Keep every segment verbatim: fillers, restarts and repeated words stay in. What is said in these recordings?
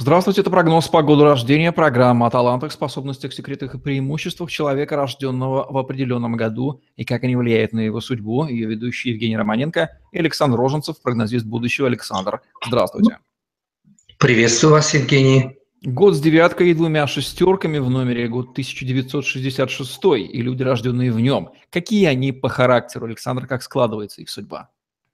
Здравствуйте, это прогноз по году рождения, программа о талантах, способностях, секретах и преимуществах человека, рожденного в определенном году, и как они влияют на его судьбу. Ее ведущие Евгений Романенко и Александр Роженцев, прогнозист будущего. Александр, здравствуйте. Приветствую вас, Евгений. Год с девяткой и двумя шестерками в номере, год тысяча девятьсот шестьдесят шестой, и люди, рожденные в нем. Какие они по характеру, Александр, как складывается их судьба?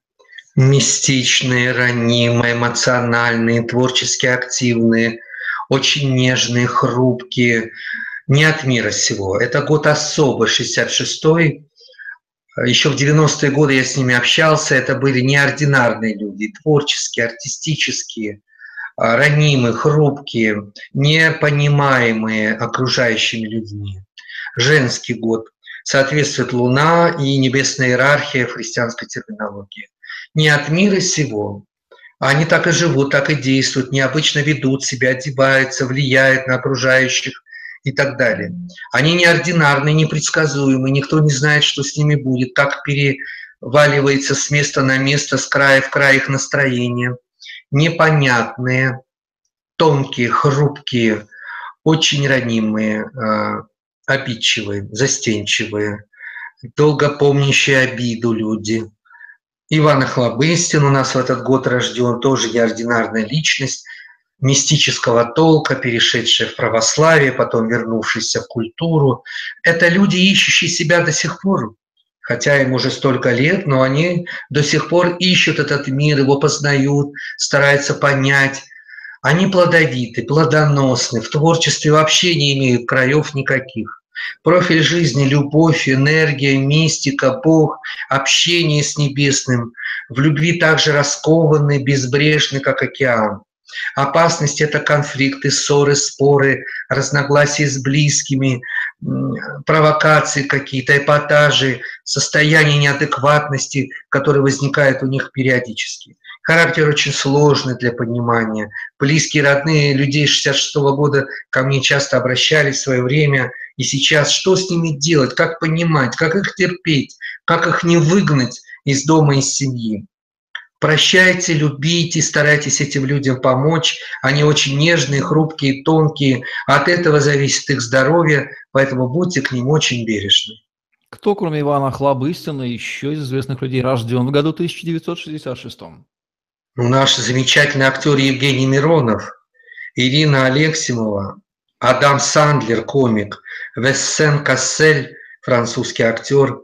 Мистичные, ранимые, эмоциональные, творчески активные, очень нежные, хрупкие, не от мира сего. Это год особый, шестьдесят шестой. Еще в девяностые годы я с ними общался. Это были неординарные люди, творческие, артистические, ранимые, хрупкие, непонимаемые окружающими людьми. Женский год. Соответствует Луна и небесная иерархия в христианской терминологии. Не от мира сего. Они так и живут, так и действуют, необычно ведут себя, одеваются, влияют на окружающих и так далее. Они неординарные, непредсказуемые, никто не знает, что с ними будет, как переваливается с места на место, с края в край их настроение. Непонятные, тонкие, хрупкие, очень ранимые, обидчивые, застенчивые, долго помнящие обиду люди. Иван Охлобыстин у нас в этот год рожден, тоже неординарная личность, мистического толка, перешедшая в православие, потом вернувшаяся в культуру. Это люди, ищущие себя до сих пор, хотя им уже столько лет, но они до сих пор ищут этот мир, его познают, стараются понять. Они плодовиты, плодоносны, в творчестве вообще не имеют краев никаких. Профиль жизни – любовь, энергия, мистика, Бог, общение с небесным. В любви также раскованный, безбрежный, как океан. Опасность – это конфликты, ссоры, споры, разногласия с близкими, провокации какие-то, эпатажи, состояние неадекватности, которые возникают у них периодически. Характер очень сложный для понимания. Близкие, родные людей шестьдесят шестого года ко мне часто обращались в свое время. И сейчас что с ними делать, как понимать, как их терпеть, как их не выгнать из дома, из семьи. Прощайте, любите, старайтесь этим людям помочь. Они очень нежные, хрупкие, тонкие. От этого зависит их здоровье, поэтому будьте к ним очень бережны. Кто, кроме Ивана Охлобыстина, еще из известных людей рожден в году тысяча девятьсот шестьдесят шестом? Ну, наш замечательный актер Евгений Миронов, Ирина Алексимова, Адам Сандлер, комик, Вессен Кассель, французский актер,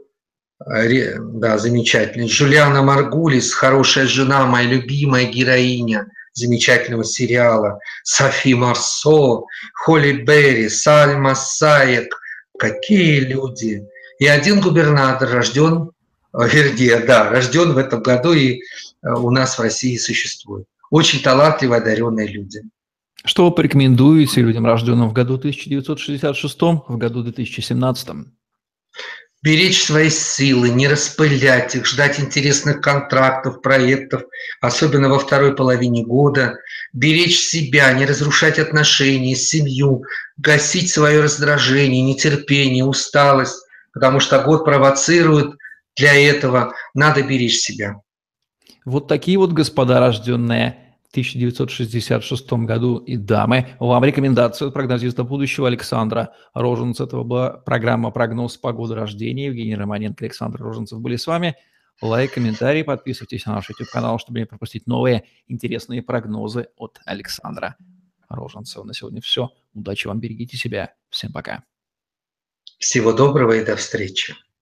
да, замечательный, Жюлиана Маргулис, хорошая жена, моя любимая героиня замечательного сериала, Софи Марсо, Холли Берри, Сальма Сайек, какие люди. И один губернатор рожден, вернее, да, рожден в этом году и у нас в России существует. Очень талантливые, одаренные люди. Что вы порекомендуете людям, рожденным в году тысяча девятьсот шестьдесят шестом, в году две тысячи семнадцатом? Беречь свои силы, не распылять их, ждать интересных контрактов, проектов, особенно во второй половине года. Беречь себя, не разрушать отношения, семью, гасить свое раздражение, нетерпение, усталость, потому что год провоцирует для этого. Надо беречь себя. Вот такие вот господа, рожденные в тысяча девятьсот шестьдесят шестом году, и дамы. Вам рекомендацию от прогнозиста будущего Александра Роженцева. Это была программа «Прогноз по году рождения». Евгений Романенко, Александр Роженцев были с вами. Лайк, комментарий, подписывайтесь на наш YouTube-канал, чтобы не пропустить новые интересные прогнозы от Александра Роженцева. На сегодня все. Удачи вам, берегите себя. Всем пока. Всего доброго и до встречи.